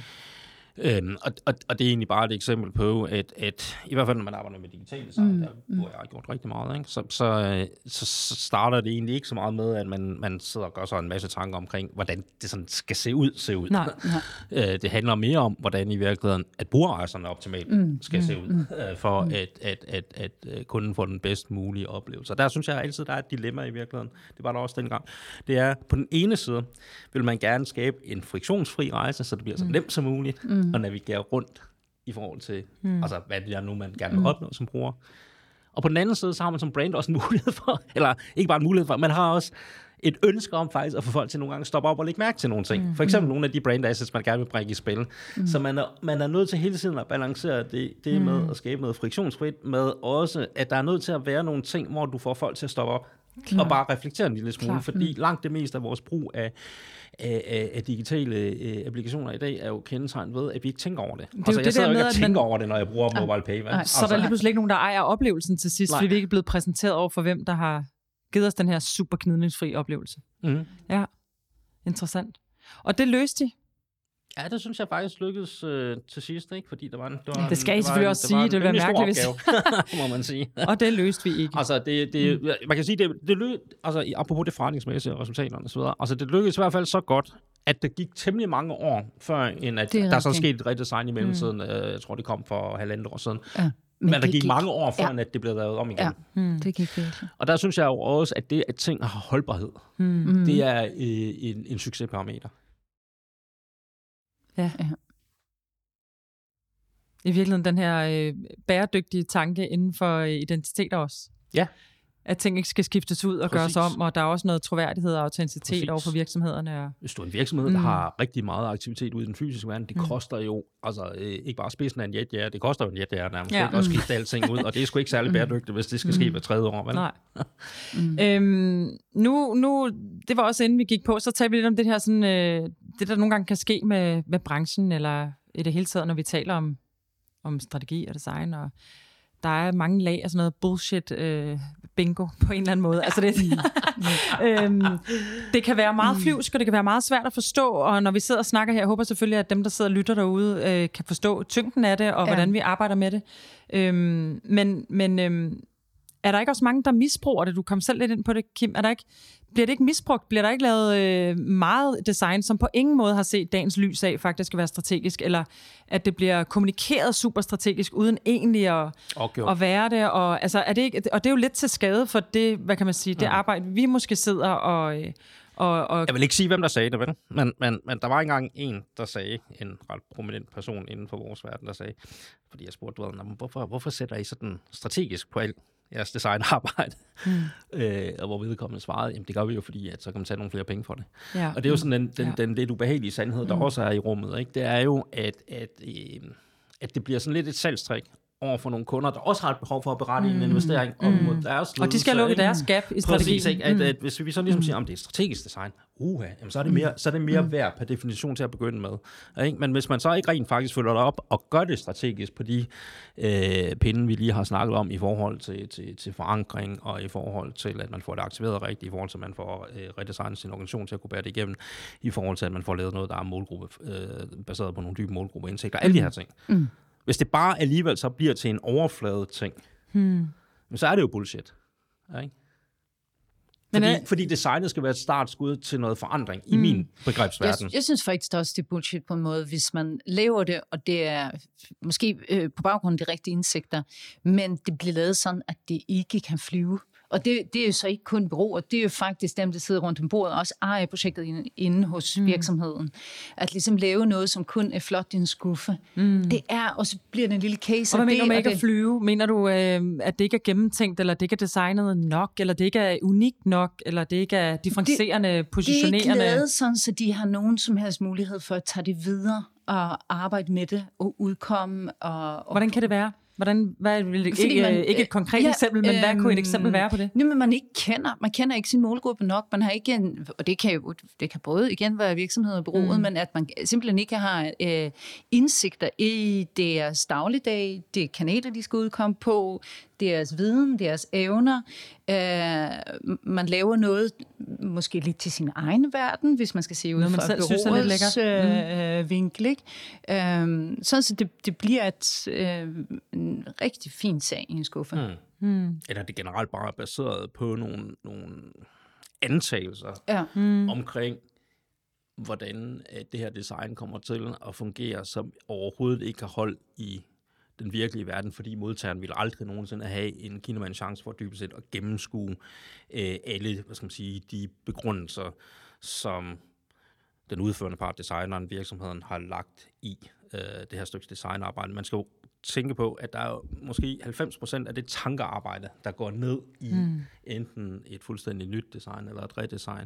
Og det er egentlig bare et eksempel på, at i hvert fald når man arbejder med digitale design, der hvor jeg har gjort rigtig meget, ikke? Så starter det egentlig ikke så meget med, at man sidder og gør sig en masse tanker omkring, hvordan det sådan skal se ud. Nej. Det handler mere om, hvordan i virkeligheden, at brugerrejserne optimalt skal se ud, for at kunden får den bedst mulige oplevelse. Og der synes jeg altid, der er et dilemma i virkeligheden. Det var der også dengang. Det er, på den ene side vil man gerne skabe en friktionsfri rejse, så det bliver så nemt som muligt, og navigere rundt i forhold til, altså hvad det er nu, man gerne vil opnå som bruger. Og på den anden side, så har man som brand også en mulighed for, eller ikke bare en mulighed for, man har også et ønske om faktisk at få folk til nogle gange stoppe op og lægge mærke til nogle ting. For eksempel nogle af de brand assets, man gerne vil bringe i spil. Så man er nødt til hele tiden at balancere det med at skabe noget friktionsfrit, med også, at der er nødt til at være nogle ting, hvor du får folk til at stoppe op og bare reflektere en lille smule, fordi langt det meste af vores brug af digitale applikationer i dag er jo kendetegnet ved, at vi ikke tænker over det. Altså, jeg sidder jo ikke og tænker over det, når jeg bruger MobilePay. Så der er lige pludselig ikke nogen, der ejer oplevelsen til sidst, fordi vi ikke er blevet præsenteret over for hvem, der har givet os den her super gnidningsfri oplevelse. Ja, interessant. Og det løste de? Ja, det synes jeg faktisk lykkedes til sidst, ikke? Fordi det skal I selvfølgelig også sige, det vil være mærkeligt, hvis... må man sige. Og det løste vi ikke. Altså, man kan sige, det lykkedes, altså apropos det forretningsmæssige resultaterne og så videre, altså det lykkedes i hvert fald så godt, at det gik temmelig mange år, før end at der så skete et redesign i mellemtiden. Jeg tror, det kom for 1,5 år siden. Ja. Men der gik mange år før, at det blev lavet om igen. Ja, det gik virkelig. Og der synes jeg jo også, at det, at ting har holdbarhed, det er en succesparameter. Ja. I virkeligheden den her bæredygtige tanke inden for identiteter også. Ja. at ting ikke skal skiftes ud og gøres om, og der er også noget troværdighed og autenticitet over for virksomhederne. Hvis du er en virksomhed, der har rigtig meget aktivitet ude i den fysiske verden, det koster jo, altså ikke bare spidsen af en jetjæger, det koster jo en jetjæger nærmest, ikke? Og skifte alting ud, og det er sgu ikke særlig bæredygtigt, hvis det skal ske hver 3. år, vel? Nej. Nu, det var også inden vi gik på, så talte vi lidt om det her, sådan, det der nogle gange kan ske med branchen, eller i det hele taget, når vi taler om strategi og design, og der er mange lag af sådan noget bullshit bingo på en eller anden måde. Altså det kan være meget flyvsk, og det kan være meget svært at forstå, og når vi sidder og snakker her, jeg håber selvfølgelig, at dem, der sidder og lytter derude, kan forstå tyngden af det, og hvordan vi arbejder med det. Men er der ikke også mange, der misbruger det? Du kom selv lidt ind på det, Kim. Bliver det ikke misbrugt? Bliver der ikke lavet meget design, som på ingen måde har set dagens lys af faktisk at være strategisk, eller at det bliver kommunikeret super strategisk, uden egentlig at være det? Og, altså, er det ikke, og det er jo lidt til skade for det, hvad kan man sige, det arbejde, vi måske sidder og jeg vil ikke sige, hvem der sagde det, vel? Men der var engang en, der sagde, en ret prominent person inden for vores verden, der sagde, fordi jeg spurgte, hvorfor sætter I sådan strategisk på alt jeres designarbejde? Og hvor vedkommende svarede, jamen det gør vi jo, fordi at så kan man tage nogle flere penge for det. Ja. Og det er jo sådan den lidt ubehagelige sandhed, der også er i rummet, ikke? Det er jo, at det bliver sådan lidt et salgstrik over for nogle kunder, der også har et behov for at berette en investering op mod deres ledelse. Og de skal lukke deres gap i strategien. Præcis, ikke? At hvis vi så ligesom siger, om det er strategisk design, jamen, så er det mere værd per definition til at begynde med. Ikke? Men hvis man så ikke rent faktisk følger det op og gør det strategisk på de pinde, vi lige har snakket om i forhold til forankring, og i forhold til, at man får det aktiveret rigtigt, i forhold til, at man får redesignet sin organisation til at kunne bære det igennem, i forhold til, at man får lavet noget, der er målgruppe, baseret på nogle dybe målgruppeindsigter, alle de her ting. Hvis det bare alligevel så bliver til en overflade ting, så er det jo bullshit. Ikke? Fordi designet skal være et startskud til noget forandring i min begrebsverden. Jeg synes faktisk også, det er bullshit på en måde, hvis man laver det, og det er måske på baggrund af de rigtige indsigter, men det bliver lavet sådan, at det ikke kan flyve. Og det er jo så ikke kun bureauer, det er jo faktisk dem, der sidder rundt om bordet, og også ejer projektet inde hos virksomheden. At ligesom lave noget, som kun er flot i en skuffe. Det er, og så bliver det en lille case. Og hvad mener du med ikke at flyve? Mener du, at det ikke er gennemtænkt, eller det ikke er designet nok, eller det ikke er unikt nok, eller det ikke er differentierende, positionerende? Det er ikke lavet sådan, så de har nogen som helst mulighed for at tage det videre, og arbejde med det, og udkomme. Hvordan kan det være? Ikke et konkret eksempel, men hvad kunne et eksempel være på det? Men man kender ikke sin målgruppe nok. Man har ikke og det kan både igen være virksomheder og bureauet, men at man simpelthen ikke har indsigter i deres dagligdag, det kanaler, de skal udkomme på, deres viden, deres evner. Man laver noget måske lidt til sin egen verden, hvis man skal se ud fra bureauets vinkel. Ikke? Så det bliver en rigtig fin sag i en skuffe. Eller det generelt bare er baseret på nogle antagelser omkring, hvordan det her design kommer til at fungere, som overhovedet ikke har hold i den virkelige verden, fordi modtageren vil aldrig nogensinde have en kinemand chance for dybest set at gennemskue alle, de begrundelser, som den udførende part, designeren, virksomheden, har lagt i det her stykke designarbejde. Man skal jo tænke på, at der er jo måske 90% af det tankearbejde, der går ned i enten et fuldstændig nyt design eller et redesign.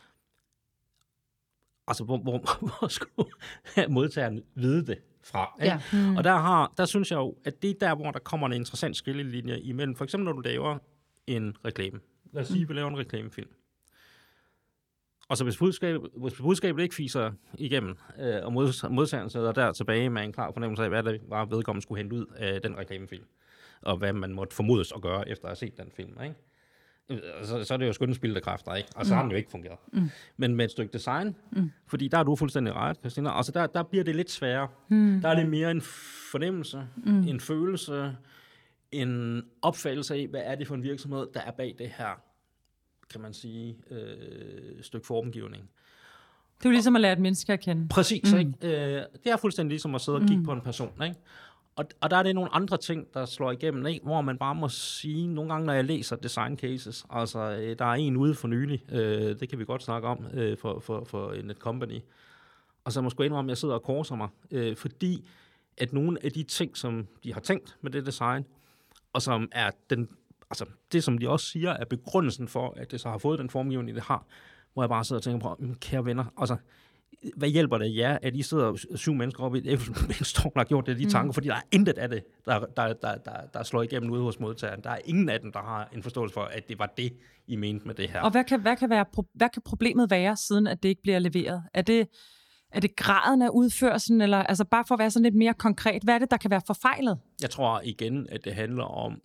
Altså, hvor skulle modtageren vide det fra? Ja. Og der synes jeg jo, at det er der, hvor der kommer en interessant skillelinje imellem. For eksempel, når du laver en reklame. Lad os sige, at vi laver en reklamefilm. Og så hvis budskabet ikke fiser igennem, og modtageren sidder der tilbage med en klar fornemmelse af, hvad det var, vedkommende skulle hente ud af den reklamefilm, og hvad man måtte formodes at gøre, efter at have set den film, ikke? Så er det jo skønspildte kræfter, ikke? Og så har den jo ikke fungeret. Men med et stykke design, fordi der er du fuldstændig ret, Christina, og så der bliver det lidt sværere. Der er det mere en fornemmelse, en følelse, en opfattelse af, hvad er det for en virksomhed, der er bag det her, kan man sige, stykke formgivning. Det er jo ligesom at lære et menneske at kende. Præcis, ikke? Det er fuldstændig ligesom at sidde og kigge på en person, ikke? Og der er det nogle andre ting, der slår igennem, ikke? Hvor man bare må sige, nogle gange, når jeg læser design cases, altså, der er en ude for nylig, det kan vi godt snakke om, for en company, og så måske indrømme, at jeg sidder og korser mig, fordi at nogle af de ting, som de har tænkt med det design, og som er den altså det, som de også siger, er begrundelsen for, at det så har fået den formgivning, det har, hvor jeg bare sidder og tænker på, kære venner, altså, hvad hjælper det jer, at I sidder 7 mennesker op i et storm, der har gjort det, de tanker, fordi der er intet af det, der slår igennem ude hos modtageren. Der er ingen af dem, der har en forståelse for, at det var det, I mente med det her. Og hvad kan problemet være, siden at det ikke bliver leveret? Er det graden af udførelsen, eller altså bare for at være sådan lidt mere konkret, hvad er det, der kan være forfejlet? Jeg tror igen, at det handler om,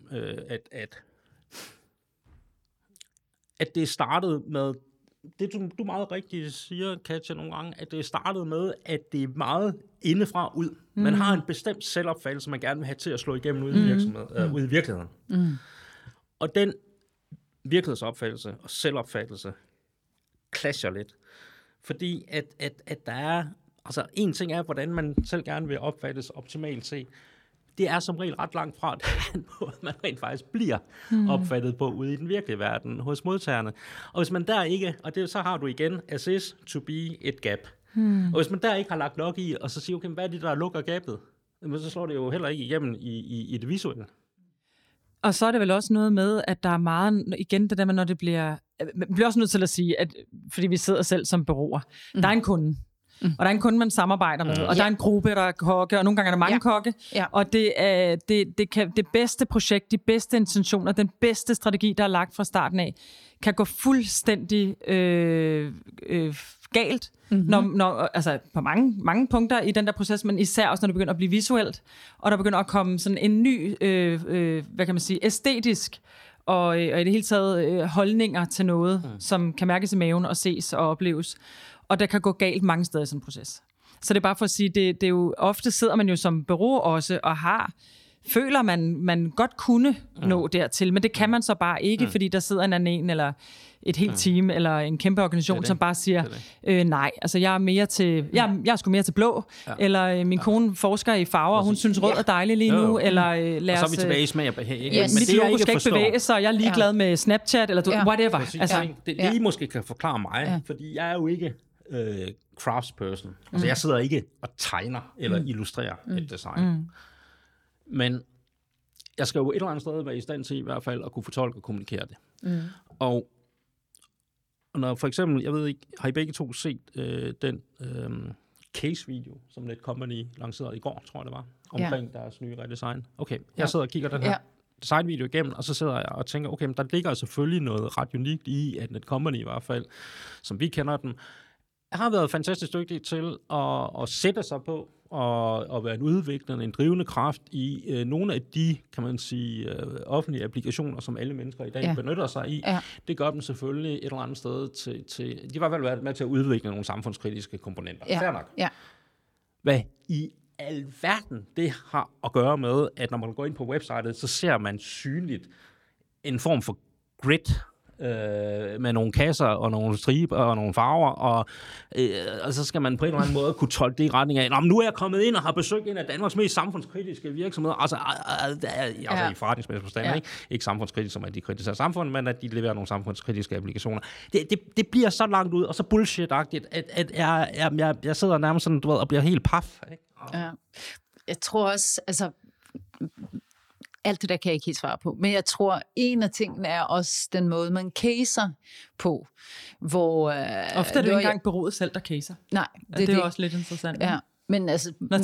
at det startede med det, du meget rigtigt siger, Katja, nogle gange, at det startede med, at det er meget indefra ud. Man har en bestemt selvopfattelse, man gerne vil have til at slå igennem ude i virkeligheden. Og den virkelighedsopfattelse og selvopfattelse clasher lidt. Fordi at der er, altså en ting er, hvordan man selv gerne vil opfattes optimalt set. Det er som regel ret langt fra den måde, man rent faktisk bliver opfattet på ude i den virkelige verden hos modtagerne. Og hvis man der ikke, og det, så har du igen as is to be et gap. Og hvis man der ikke har lagt nok i, og så siger, okay, hvad er det, der lukker gabet? Men så slår det jo heller ikke igennem i det visuelle. Og så er det vel også noget med, at der er meget, igen det der med, når det bliver, man bliver også nødt til at sige, at fordi vi sidder selv som bureauer, der er en kunde. Og der er en kunde, man samarbejder med, og der er en gruppe, der er kokke, og nogle gange er der mange kokke, og det bedste projekt, de bedste intentioner, den bedste strategi, der er lagt fra starten af, kan gå fuldstændig galt, altså på mange punkter i den der proces, men især også, når det begynder at blive visuelt, og der begynder at komme sådan en ny, hvad kan man sige, æstetisk, og i det hele taget holdninger til noget, som kan mærkes i maven og ses og opleves. Og der kan gå galt mange steder i sådan en proces. Så det er bare for at sige, det er jo ofte sidder man jo som bureau også og føler man godt kunne nå dertil, men det kan man så bare ikke, fordi der sidder en anden eller et helt team eller en kæmpe organisation, som bare siger, nej, altså jeg er mere til, jeg er sgu mere til blå, eller min kone forsker i farver, og hun synes rød er dejlig lige nu, eller lad os... Og så er vi tilbage i smag og behag, ikke? Men mit logo skal ikke bevæge sig, jeg er ligeglad med Snapchat, eller whatever. Altså, det I måske kan forklare mig, fordi jeg er jo ikke craftsperson. Altså jeg sidder ikke og tegner eller illustrerer et design. Men jeg skal jo et eller andet sted være i stand til i hvert fald at kunne fortolke og kommunikere det. Og når for eksempel, jeg ved ikke, har I begge to set den case-video, som Netcompany lancerede i går, tror jeg det var, omkring deres nye redesign? Okay, jeg sidder og kigger den her designvideo igennem, og så sidder jeg og tænker, okay, men der ligger selvfølgelig noget ret unikt i, at Netcompany i hvert fald, som vi kender dem, har været fantastisk dygtig til at sætte sig på og være en udviklende, en drivende kraft i nogle af de, kan man sige, offentlige applikationer, som alle mennesker i dag benytter sig i. Det gør dem selvfølgelig et eller andet sted til de var vel været med til at udvikle nogle samfundskritiske komponenter. Fair nok. Hvad i alverden det har at gøre med, at når man går ind på websitet, så ser man synligt en form for grid, med nogle kasser og nogle striber og nogle farver, og så skal man på en eller anden måde kunne tolke det i retning af, nu er jeg kommet ind og har besøgt en af Danmarks mest samfundskritiske virksomheder, altså i forretningsmæssig forstand, ikke samfundskritisk, som at de kritiserer samfundet, men at de leverer nogle samfundskritiske applikationer. Det bliver så langt ud, og så bullshit-agtigt, at jeg sidder nærmest sådan, du ved, og bliver helt paf. Ikke? Ja. Jeg tror også, altså alt det der kan jeg ikke helt svare på, men jeg tror, en af tingene er også den måde, man caser på, hvor... Ofte er det jo ikke engang bureauet selv, der caser. Nej. Det er også lidt interessant. Ja. Men altså, når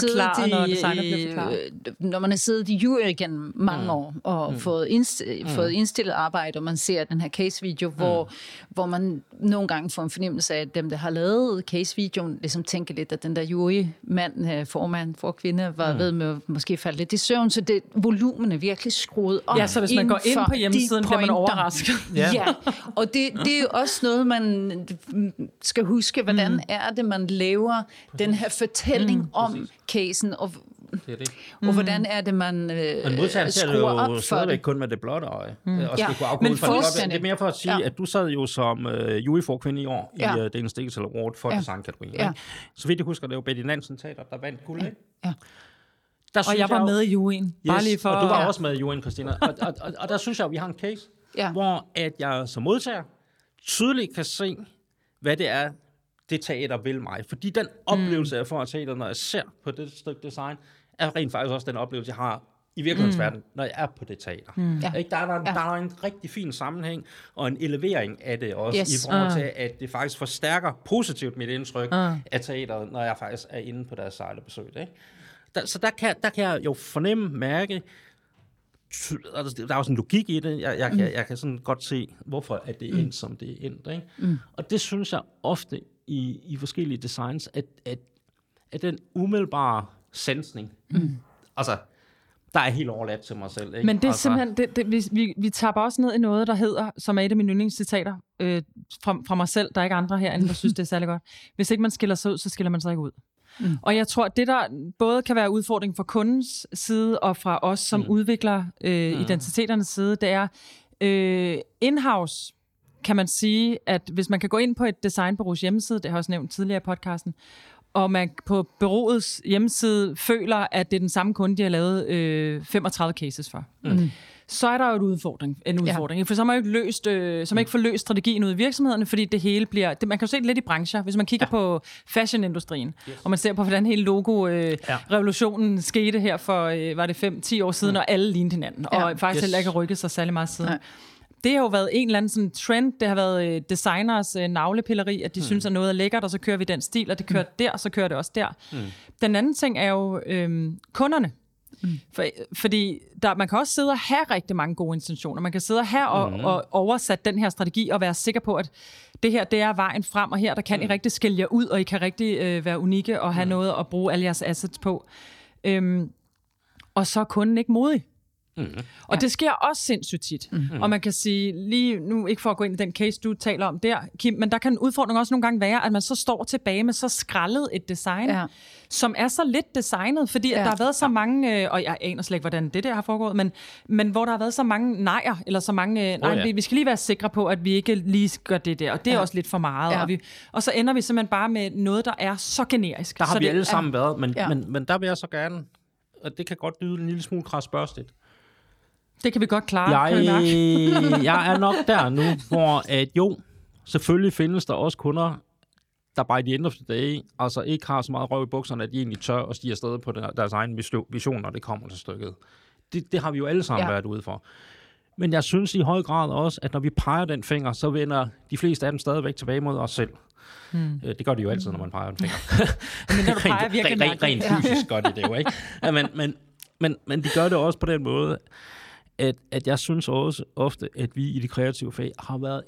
man har siddet i jury igen mange år, og fået indstillet arbejde, og man ser den her case-video, hvor man nogle gange får en fornemmelse af, at dem, der har lavet case-videoen, ligesom tænker lidt, at den der jury-mand, formand, kvinde, var ved med at måske falde lidt i søvn, så det volumen er virkelig skruet op. Ja, så hvis man går ind på hjemmesiden, bliver man overrasket. Ja, og det er jo også noget, man skal huske, hvordan er det, man laver den her fortælling om casen, og hvordan er det, man skruer op for det. Stadigvæk kun med det blotte øje. Og skal kunne afgå ud fra det. Det er mere for at sige, at du sad jo som juryforkvinde i år i Danish Digital Award for designkategorien. Så vidt jeg husker, det var Betty Nansen Teater, der vandt guld. Og jeg var med i juryen. Bare lige for, og du var også med i juryen, Christina. Og der synes jeg, at vi har en case, hvor at jeg som modtager tydeligt kan se, hvad det er, det teater vil mig. Fordi den oplevelse, jeg får af teater, når jeg ser på det stykke design, er rent faktisk også den oplevelse, jeg har i virkelighedens verden, når jeg er på det teater. Ikke? Der er en rigtig fin sammenhæng, og en elevering af det også, i forhold til, at det faktisk forstærker positivt mit indtryk af teateret, når jeg faktisk er inde på deres sejlebesøg. Ikke? Så der kan jeg jo mærke, der er jo sådan en logik i det. Jeg kan sådan godt se, hvorfor at det er endt, som det er endt. Ikke? Og det synes jeg ofte i forskellige designs, at den umiddelbare sansning, altså, der er helt overladt til mig selv. Ikke? Men det er simpelthen, vi tager også ned i noget, der hedder, som er et af mine yndlingscitater fra mig selv, der er ikke andre herinde, der synes, det er særlig godt. Hvis ikke man skiller sig ud, så skiller man sig ikke ud. Og jeg tror, det der både kan være udfordring fra kundens side, og fra os, som udvikler identiteternes side, det er in-house, kan man sige, at hvis man kan gå ind på et designbureaus hjemmeside, det har jeg også nævnt tidligere i podcasten, og man på bureauets hjemmeside føler, at det er den samme kunde, de har lavet 35 cases for. Så er der jo en udfordring. For så har man jo ikke får løst strategien ud i virksomhederne, fordi det hele bliver... man kan jo se det lidt i brancher. Hvis man kigger på fashionindustrien, og man ser på, hvordan hele logo-revolutionen skete her for, var det 5-10 år siden, og alle lignede hinanden, og faktisk heller ikke har rykket sig særlig meget siden. Det har jo været en eller anden sådan trend. Det har været designers navlepilleri, at de synes, at noget er lækkert, og så kører vi den stil, og det kører der, så kører det også der. Den anden ting er jo kunderne. Fordi man kan også sidde og have rigtig mange gode intentioner. Man kan sidde og have og oversat den her strategi og være sikker på, at det her, det er vejen frem, og her, der kan I rigtig skille jer ud, og I kan rigtig være unikke og have noget at bruge alle jeres assets på. Og så er kunden ikke modig. Og det sker også sindssygt tit. Og man kan sige, lige nu, ikke for at gå ind i den case, du taler om der, Kim, men der kan en udfordring også nogle gange være, at man så står tilbage med så skrællet et design, som er så lidt designet, fordi at der har været så mange, og jeg aner slet ikke, hvordan det der har foregået, men hvor der har været så mange nejer, eller så mange, vi skal lige være sikre på, at vi ikke lige gør det der, og det er også lidt for meget. Og så ender vi simpelthen bare med noget, der er så generisk. Der har så vi alle sammen været, men der vil jeg så gerne, og det kan godt lyde en lille smule kradsbørstigt. Det kan vi godt klare. Jeg er nok der nu, hvor at selvfølgelig findes der også kunder, der bare i de end of the day, altså ikke har så meget røv i bukserne, at de egentlig tør at stige afsted på deres egen vision, når det kommer til stykket. Det har vi jo alle sammen været ude for. Men jeg synes i høj grad også, at når vi peger den finger, så vender de fleste af dem stadigvæk tilbage mod os selv. Det gør de jo altid, når man peger en finger. Men når du peger virkelig rent fysisk gør de det jo, ikke? Men de gør det også på den måde, at jeg synes også ofte, at vi i de kreative fag har været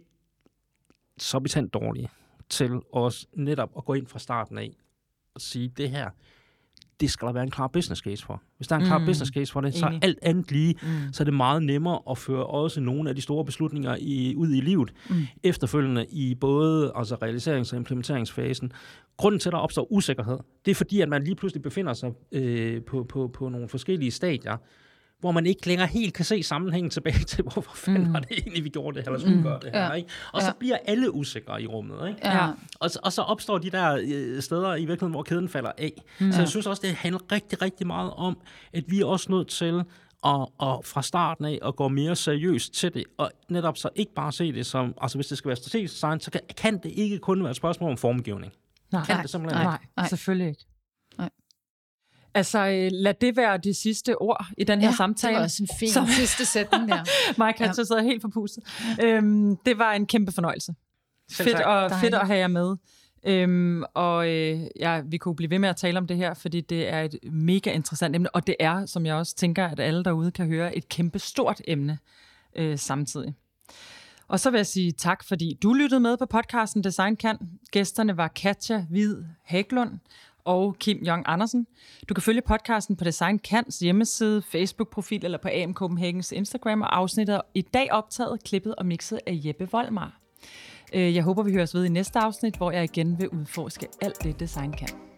så betandt dårlige til os netop at gå ind fra starten af og sige, det her, det skal der være en klar business case for. Hvis der er en klar business case for det, så er alt andet lige, så er det meget nemmere at føre også nogle af de store beslutninger ud i livet efterfølgende i både altså realiserings- og implementeringsfasen. Grunden til, at der opstår usikkerhed, det er fordi, at man lige pludselig befinder sig på nogle forskellige stadier, hvor man ikke længere helt kan se sammenhængen tilbage til, hvorfor fanden var det egentlig, vi gjorde det her, eller skulle gøre det her, ikke? Og så bliver alle usikre i rummet, ikke? Og så opstår de der steder i virkeligheden, hvor kæden falder af. Så jeg synes også, det handler rigtig, rigtig meget om, at vi er også nødt til og fra starten af at gå mere seriøst til det, og netop så ikke bare se det som, altså hvis det skal være strategisk design, så kan det ikke kun være et spørgsmål om formgivning. Nej, selvfølgelig ikke. Altså, lad det være de sidste ord i den her samtale. Det var også en fin sidste sætning der. Mike, så sidder helt forpustet. Det var en kæmpe fornøjelse. Fedt at have jer med. Vi kunne blive ved med at tale om det her, fordi det er et mega interessant emne, og det er, som jeg også tænker, at alle derude kan høre, et kæmpe stort emne samtidig. Og så vil jeg sige tak, fordi du lyttede med på podcasten Design Kan. Gæsterne var Katja Hvid Hæglund og Kim Jong Andersen. Du kan følge podcasten på Design Kans hjemmeside, Facebook-profil eller på AM Copenhagens Instagram, og afsnittet i dag optaget, klippet og mixet af Jeppe Voldmar. Jeg håber, vi høres ved i næste afsnit, hvor jeg igen vil udforske alt det, design kan.